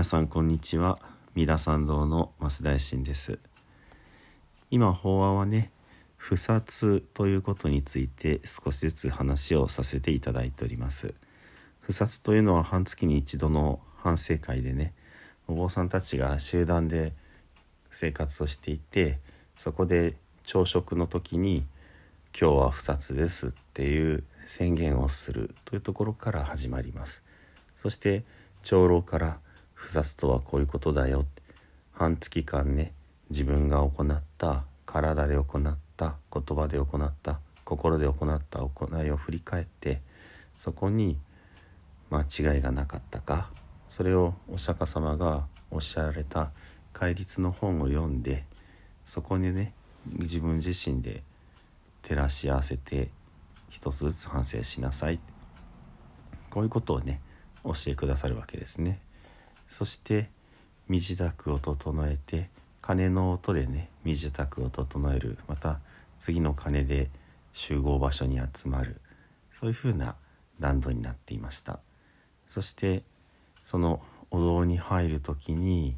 さんこんにちは。三田参道の増大臣です。今法話はね、不殺ということについて少しずつ話をさせていただいております。不殺というのは半月に一度の反省会でね、お坊さんたちが集団で生活をしていて、そこで朝食の時に今日は不殺ですっていう宣言をするというところから始まります。そして長老から不殺とはこういうことだよ、半月間ね、自分が行った体で行った言葉で行った心で行った行いを振り返って、そこに間違いがなかったか、それをお釈迦様がおっしゃられた戒律の本を読んで、そこにね自分自身で照らし合わせて一つずつ反省しなさい、こういうことをね教えくださるわけですね。そして身支度を整えて、鐘の音でね身支度を整える、また次の鐘で集合場所に集まる、そういうふうな段取りになっていました。そしてそのお堂に入るときに、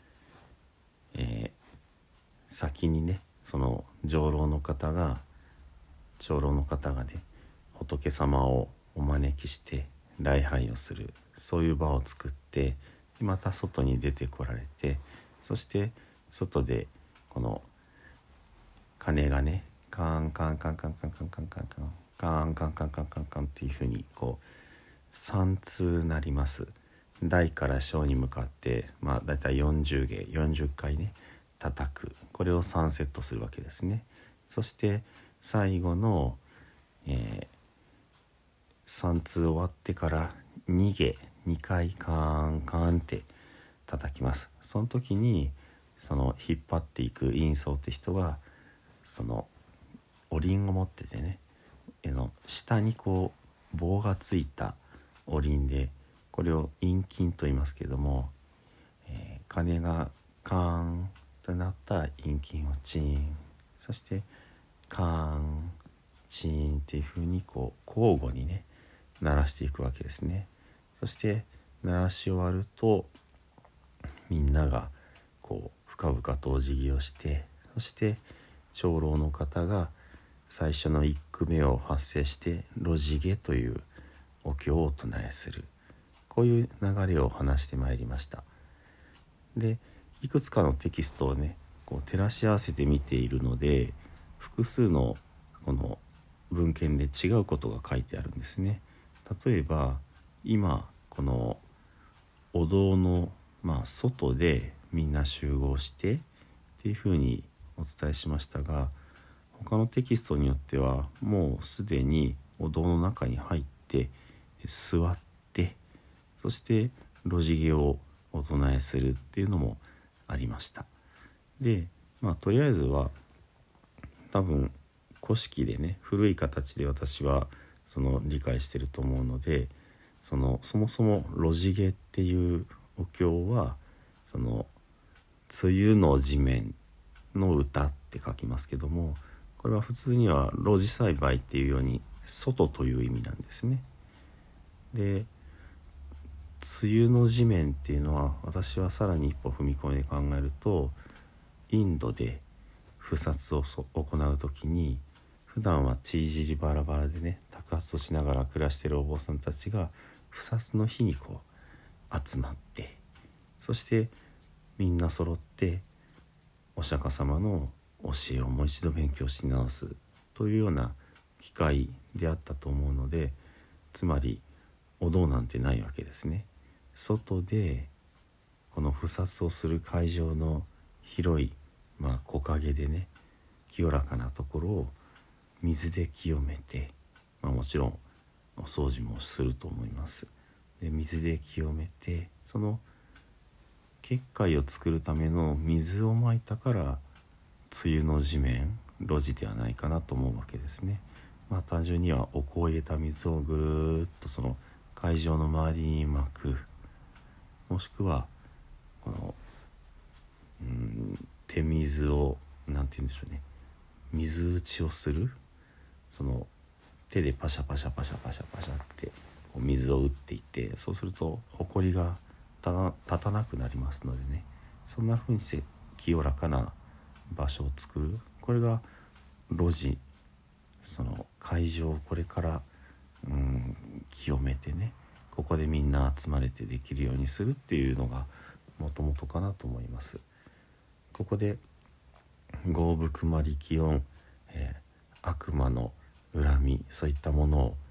先にねその長老の方がね仏様をお招きして礼拝をする、そういう場を作って、また外に出てこられて、そして外でこの鐘がねカンカンカンカンカンカンカンカンカンカンカンカンカンカンカンっていうふうにこう3通なります。大から小に向かってだいたい40芸40回ね叩く、これを3セットするわけですね。そして最後の、3通終わってから2芸2回カーンカーンって叩きます。その時にその引っ張っていく印相って人はそのおりんを持っててね、下にこう棒がついたおりんで、これを陰金と言いますけれども、鐘がカーンとなったら陰金をチーン、そしてカーンチーンっていう風にこう交互にね鳴らしていくわけですね。そして鳴らし終わるとみんながこう深々とお辞儀をして、そして長老の方が最初の一句目を発声してロジゲというお経をお唱えする、こういう流れを話してまいりました。でいくつかのテキストをねこう照らし合わせて見ているので、複数のこの文献で違うことが書いてあるんですね。例えば今このお堂の外でみんな集合してっていうふうにお伝えしましたが、他のテキストによってはもうすでにお堂の中に入って座って、そしてロジゲをお唱えするっていうのもありました。でとりあえずは多分古式でね古い形で私はその理解してると思うので、そもそもロジゲっていうお経はその梅雨の地面の歌って書きますけども、これは普通には露地栽培っていうように外という意味なんですね。で梅雨の地面っていうのは私はさらに一歩踏み込んで考えると、インドで不殺を行う時に普段はちいじりバラバラでね托発をしながら暮らしているお坊さんたちが不殺の日にこう集まって、そしてみんな揃ってお釈迦様の教えをもう一度勉強し直すというような機会であったと思うので、つまりお堂なんてないわけですね。外でこの不殺をする会場の広い木陰でね清らかなところを水で清めて、もちろんお掃除もすると思います。で水で清めて、その結界を作るための水をまいたから梅雨の地面露地ではないかなと思うわけですね。単純にはお香を入れた水をぐるっとその会場の周りにまく、もしくはこの手水をなんて言うんでしょうね、水打ちをする、その手でパシャパシャパシャパシャパシャってこう水を打っていって、そうするとほこりが立たなくなりますのでね、そんな風にして清らかな場所を作る、これが路地、その会場をこれから清めてね、ここでみんな集まれてできるようにするっていうのがもともとかなと思います。ここで業福魔力音、悪魔の恨み、そういったものを、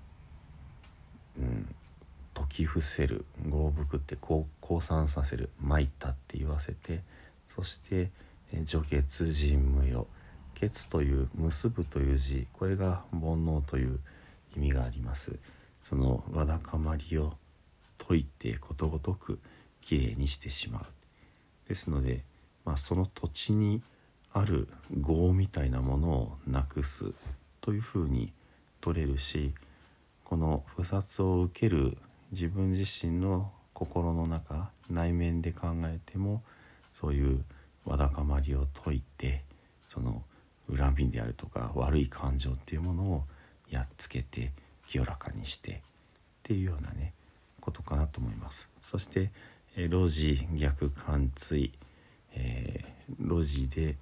解き伏せる。業福って降参させる、参ったって言わせて、そして除血人無用、血という結ぶという字、これが煩悩という意味があります。そのわだかまりを解いてことごとくきれいにしてしまう。ですので、その土地にある業みたいなものをなくすというふうに取れるし、この不殺を受ける自分自身の心の中、内面で考えても、そういうわだかまりを解いて、その恨みであるとか悪い感情っていうものをやっつけて清らかにしてっていうようなねことかなと思います。そして路地逆貫通、路地で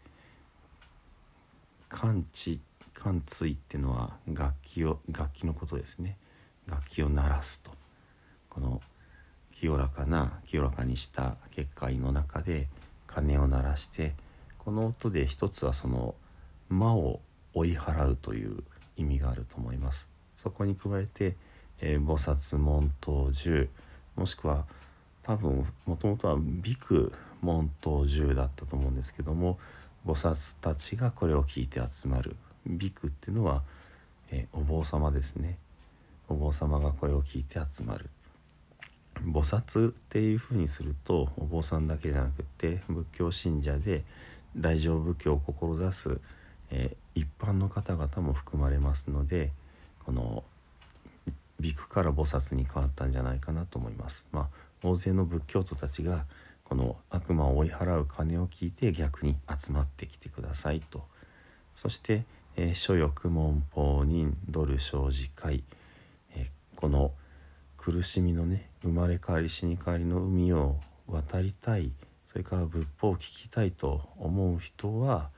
貫通っていうのは楽器のことですね。楽器を鳴らすと、この清らかにした結界の中で鐘を鳴らして、この音で一つはその魔を追い払うという意味があると思います。そこに加えて、菩薩門頭十、もしくは多分もともとは比丘門頭十だったと思うんですけども、菩薩たちがこれを聞いて集まる。比丘っていうのは、お坊様ですね。お坊様がこれを聞いて集まる。菩薩っていうふうにすると、お坊さんだけじゃなくて仏教信者で大乗仏教を志す、一般の方々も含まれますので、この比丘から菩薩に変わったんじゃないかなと思います。大勢の仏教徒たちがこの悪魔を追い払う鐘を聞いて逆に集まってきてくださいと。そして、諸欲門法人ドル生じ会、この苦しみのね、生まれ変わり死に変わりの海を渡りたい、それから仏法を聞きたいと思う人は、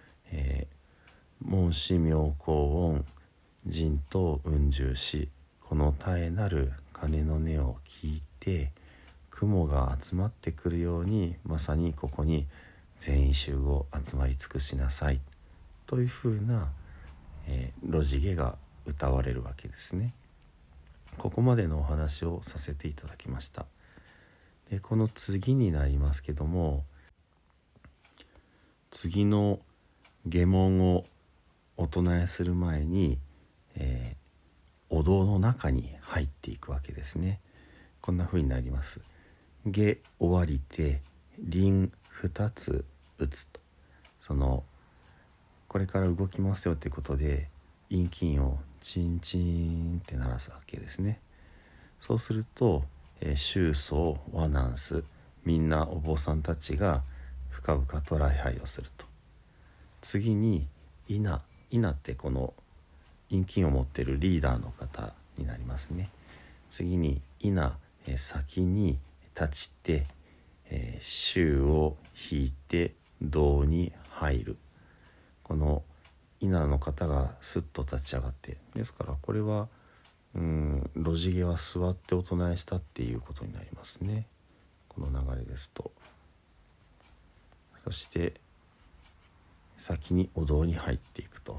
門師妙高音人頭雲十師、この絶えなる鐘の音を聞いて雲が集まってくるように、まさにここに全員集合、集まり尽くしなさいというふうな、路地下が歌われるわけですね。ここまでのお話をさせていただきました。で、この次になりますけども、次の下門をお唱えする前に、お堂の中に入っていくわけですね。こんな風になります。下終わりて輪2つ打つと、そのこれから動きますよってことで陰金をチンチンって鳴らすわけですね。そうすると、宗僧和南ス、みんなお坊さんたちが深々と礼拝をすると。次に稲ってこの陰金を持っているリーダーの方になりますね。次に稲、先に立ちて、衆を引いて堂に入る。この稲の方がスッと立ち上がって、ですからこれは路地下は座ってお唱えしたっていうことになりますね、この流れですと。そして先にお堂に入っていくと、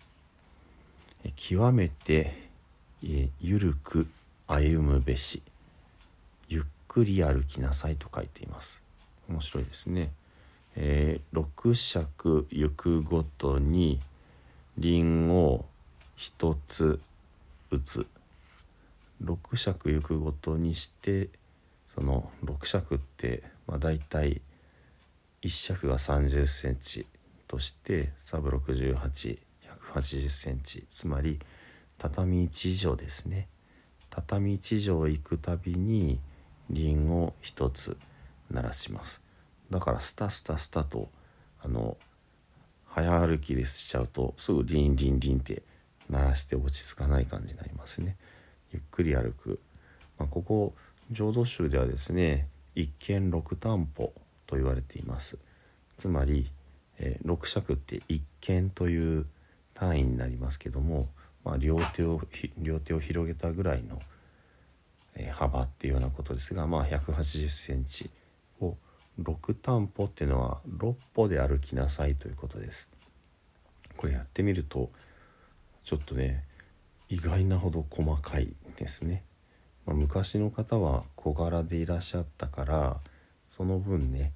極めてゆるく歩むべし、ゆっくり歩きなさいと書いています。面白いですね。六尺行くごとに輪を一つ打つ。6尺行くごとにして、その6尺ってだいたい1尺が30センチとしてサブ68、180センチ、つまり畳1畳ですね。畳1畳行くたびに輪を一つ鳴らします。だからスタスタスタと早歩きでしちゃうとすぐリンリンリンって鳴らして落ち着かない感じになりますね。ゆっくり歩く、ここ浄土宗ではですね、一見六担保と言われています。つまり、六尺って一見という単位になりますけども、両手を広げたぐらいの、幅っていうようなことですが、180センチを六担保っていうのは6歩で歩きなさいということです。これやってみるとちょっとね、意外なほど細かいですね。昔の方は小柄でいらっしゃったからその分ね、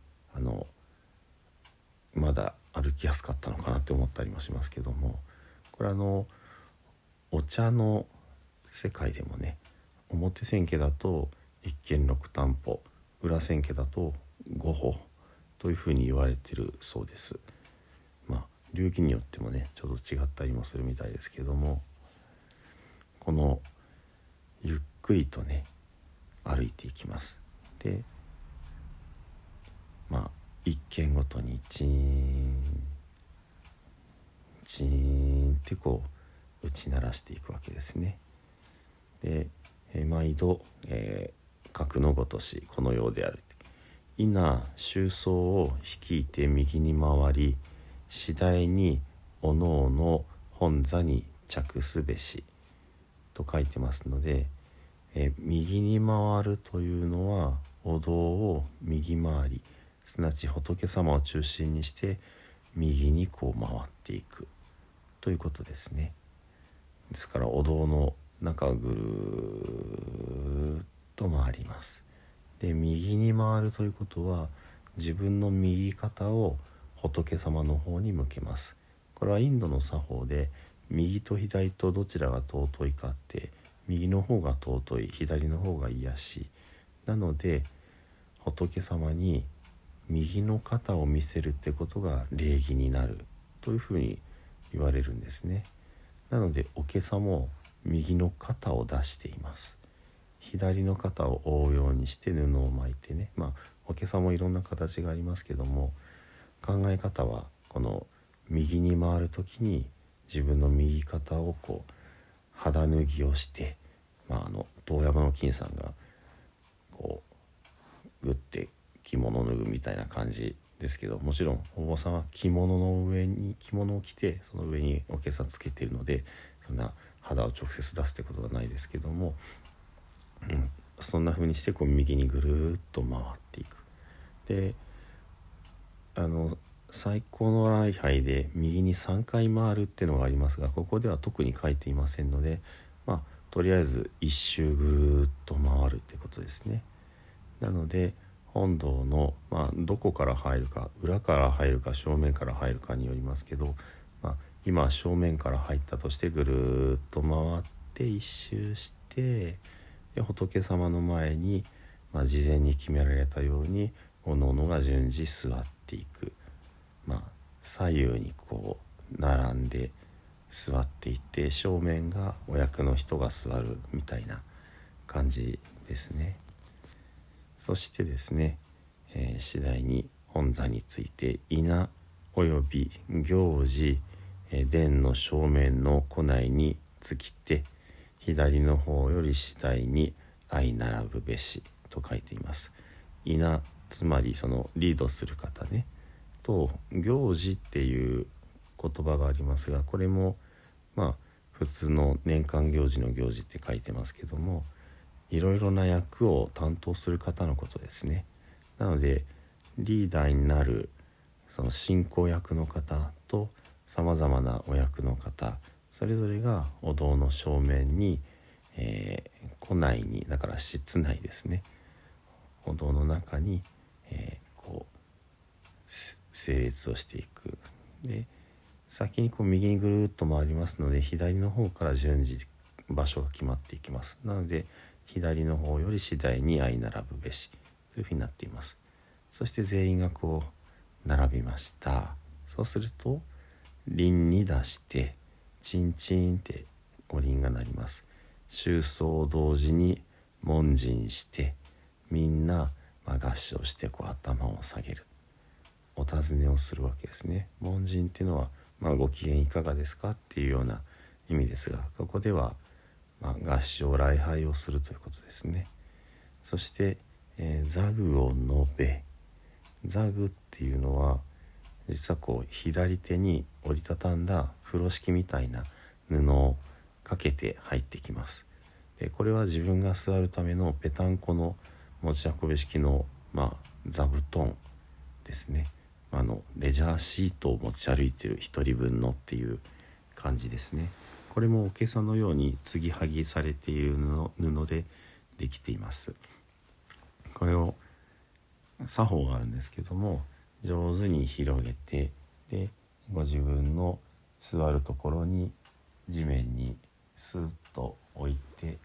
まだ歩きやすかったのかなって思ったりもしますけども、これお茶の世界でもね、表千家だと一見六担保、裏千家だと5歩というふうに言われてるそうです。流儀によってもねちょっと違ったりもするみたいですけども、このゆっくりとね歩いていきます。で一軒ごとにチーンチーンって打ち鳴らしていくわけですね。で、毎度、格のごとしこのようである。稲周走を率いて右に回り、次第におのおの本座に着すべしと書いてますので、右に回るというのはお堂を右回り、すなわち仏様を中心にして右に回っていくということですね。ですからお堂の中をぐるーっと回ります。で、右に回るということは自分の右肩を仏様の方に向けます。これはインドの作法で右と左とどちらが尊いかって、右の方が尊い、左の方が癒しなので、仏様に右の肩を見せるってことが礼儀になるというふうに言われるんですね。なのでおけさも右の肩を出しています。左の肩を覆うようにして布を巻いてね、おけさもいろんな形がありますけども、考え方はこの右に回るときに自分の右肩を肌脱ぎをして、遠山の金さんがグッて着物を脱ぐみたいな感じですけど、もちろんお坊さんは着物の上に着物を着てその上におけさつけているので、そんな肌を直接出すってことはないですけども、そんな風にして右にぐるっと回っていく。で、最高の礼拝で右に3回回るっていうのがありますが、ここでは特に書いていませんので、とりあえず一周ぐるっと回るってことですね。なので本堂の、どこから入るか、裏から入るか正面から入るかによりますけど、今正面から入ったとしてぐるっと回って一周して、で仏様の前に、事前に決められたようにおのおのが順次座っていく。左右に並んで座っていって、正面がお役の人が座るみたいな感じですね。そしてですね、次第に本座について稲および行事、殿の正面の庫内につきて、左の方より次第に相並ぶべしと書いています。稲、つまりそのリードする方ね、と行事っていう言葉がありますが、これも普通の年間行事の行事って書いてますけども、いろいろな役を担当する方のことですね。なのでリーダーになるその進行役の方とさまざまなお役の方、それぞれがお堂の正面に、庫内に、だから室内ですね、お堂の中に、整列をしていく。で、先に右にぐるっと回りますので、左の方から順次場所が決まっていきます。なので左の方より次第に相並ぶべしというふうになっています。そして全員が並びました。そうすると輪に出してチンチンってお輪が鳴ります。周走同時に門陣して、みんな合掌して頭を下げる、お尋ねをするわけですね。門陣っていうのは、ご機嫌いかがですかっていうような意味ですが、ここでは合掌礼拝をするということですね。 そして、座具を述べ、座具っていうのは実はこう左手に折りたたんだ風呂敷みたいな布をかけて入ってきます。でこれは自分が座るためのぺたんこの持ち運び式の、座布団ですね。レジャーシートを持ち歩いてる一人分のっていう感じですね。これもおけさのように継ぎはぎされている布でできています。これを作法があるんですけども、上手に広げて、でご自分の座るところに地面にスッと置いて、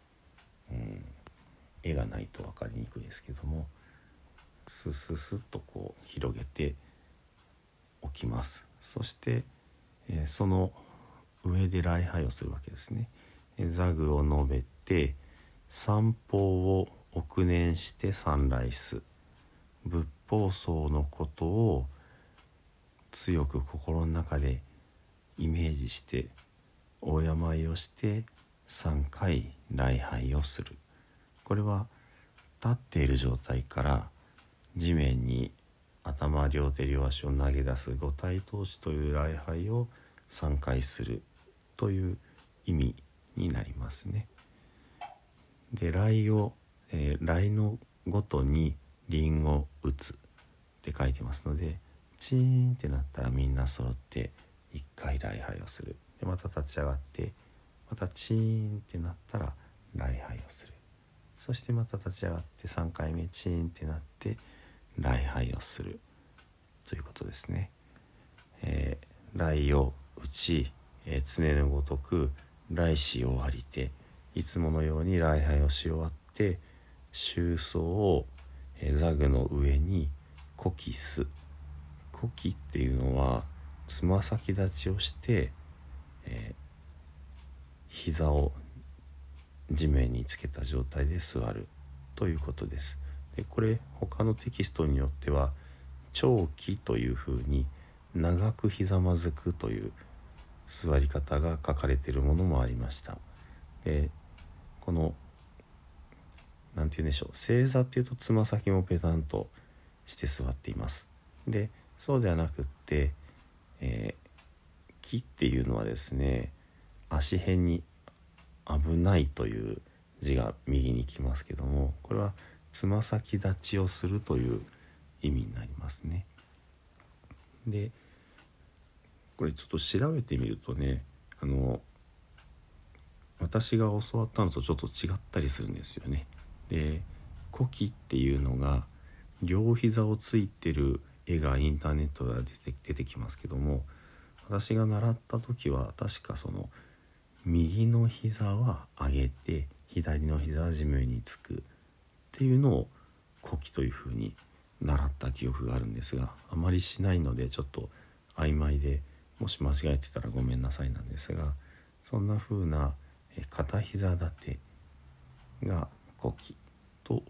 絵がないと分かりにくいですけども、スススッとこう広げておきます。そして、その上で礼拝をするわけですね。座具を述べて、三方を憶念して参礼す。仏法僧のことを強く心の中でイメージしてお山いをして3回礼拝をする。これは立っている状態から地面に頭両手両足を投げ出す五体投地という礼拝を3回するという意味になりますね。で礼のごとに輪を打つって書いてますので、チーンってなったらみんな揃って1回礼拝をする。でまた立ち上がってまたチーンってなったら礼拝をする。そしてまた立ち上がって3回目チーンってなって礼拝をするということですね。礼を打ち、常のごとく礼し終わりて、いつものように礼拝をし終わって周僧を座具の上にこきす。こきっていうのはつま先立ちをして、膝を地面につけた状態で座るということです。でこれ他のテキストによっては長期というふうに長くひざまずくという座り方が書かれているものもありました。でこのなんて言うんでしょう、正座っていうとつま先もペタンとして座っています。でそうではなくって、木っていうのはですね、足辺に危ないという字が右に来ますけども、これはつま先立ちをするという意味になりますね。でこれちょっと調べてみるとね、私が教わったのとちょっと違ったりするんですよね。で古希っていうのが両膝をついてる絵がインターネットで出てきますけども、私が習った時は確かその右の膝は上げて左の膝は地面につくっていうのを古希というふうに習った記憶があるんですが、あまりしないのでちょっと曖昧で、もし間違えてたらごめんなさいなんですが、そんな風な片膝立てが古希と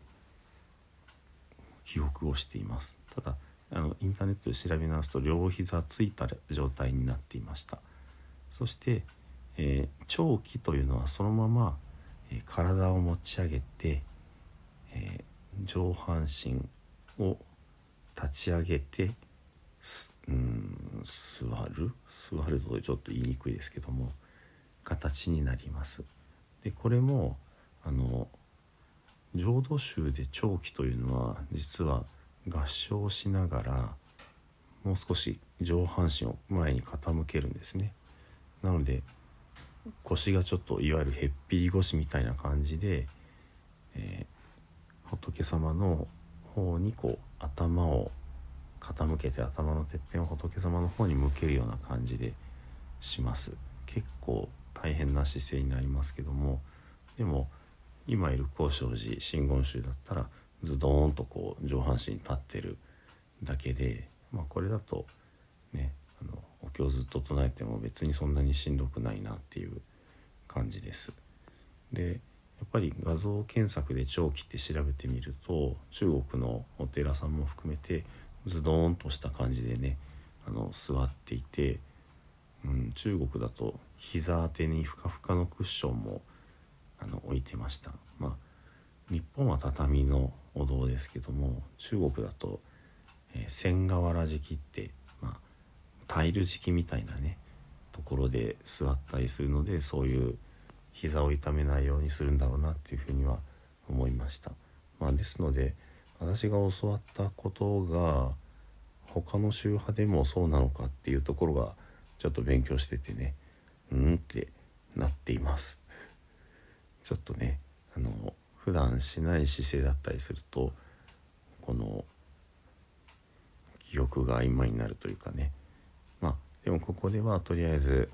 記憶をしています。ただインターネットで調べ直すと両膝ついた状態になっていました。そして、長期というのはそのまま、体を持ち上げて、上半身を立ち上げて座るとちょっと言いにくいですけども形になります。でこれも浄土宗で長期というのは実は合掌しながらもう少し上半身を前に傾けるんですね。なので腰がちょっといわゆるへっぴり腰みたいな感じで、仏様の方にこう頭を傾けて、頭のてっぺんを仏様の方に向けるような感じでします。結構大変な姿勢になりますけども、でも今いる興正寺真言宗だったらズドーンとこう上半身立ってるだけで、これだとねお経をずっと唱えても別にそんなにしんどくないなっていう感じです。でやっぱり画像検索で長期って調べてみると中国のお寺さんも含めてズドーンとした感じでね座っていて、中国だと膝当てにふかふかのクッションも置いてました。 日本は畳のお堂ですけども、中国だと、千河原敷って、タイル敷みたいなねところで座ったりするので、そういう膝を痛めないようにするんだろうなっていうふうには思いました。ですので私が教わったことが他の宗派でもそうなのかっていうところがちょっと勉強しててね、ってなっています。ちょっとね普段しない姿勢だったりすると、この記憶が曖昧になるというかね。でもここではとりあえず、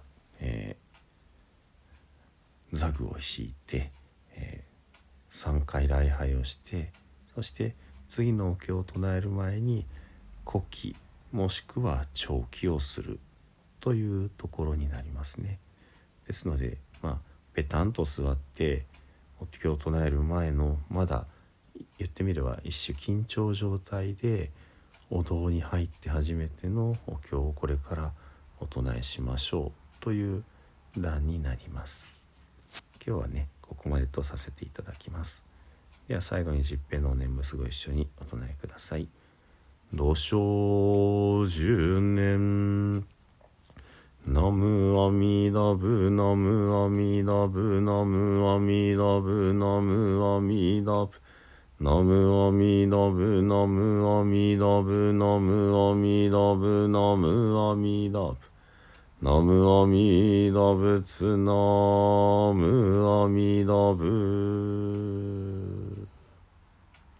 座具を敷いて、3回礼拝をして、そして次のお経を唱える前に呼気もしくは長気をするというところになりますね。ですのでペタンと座ってお経を唱える前の、まだ言ってみれば一種緊張状態でお堂に入って初めてのお経をこれからお唱えしましょうという段になります。今日はねここまでとさせていただきます。では最後に十平のお念仏ご一緒にお唱えください。土生十年ナムアミダブナムアミダブナムアミダブナムアミダブナムアミダブナムアミダブナムアミダブナムアミダブナムアミダブツナムアミダブ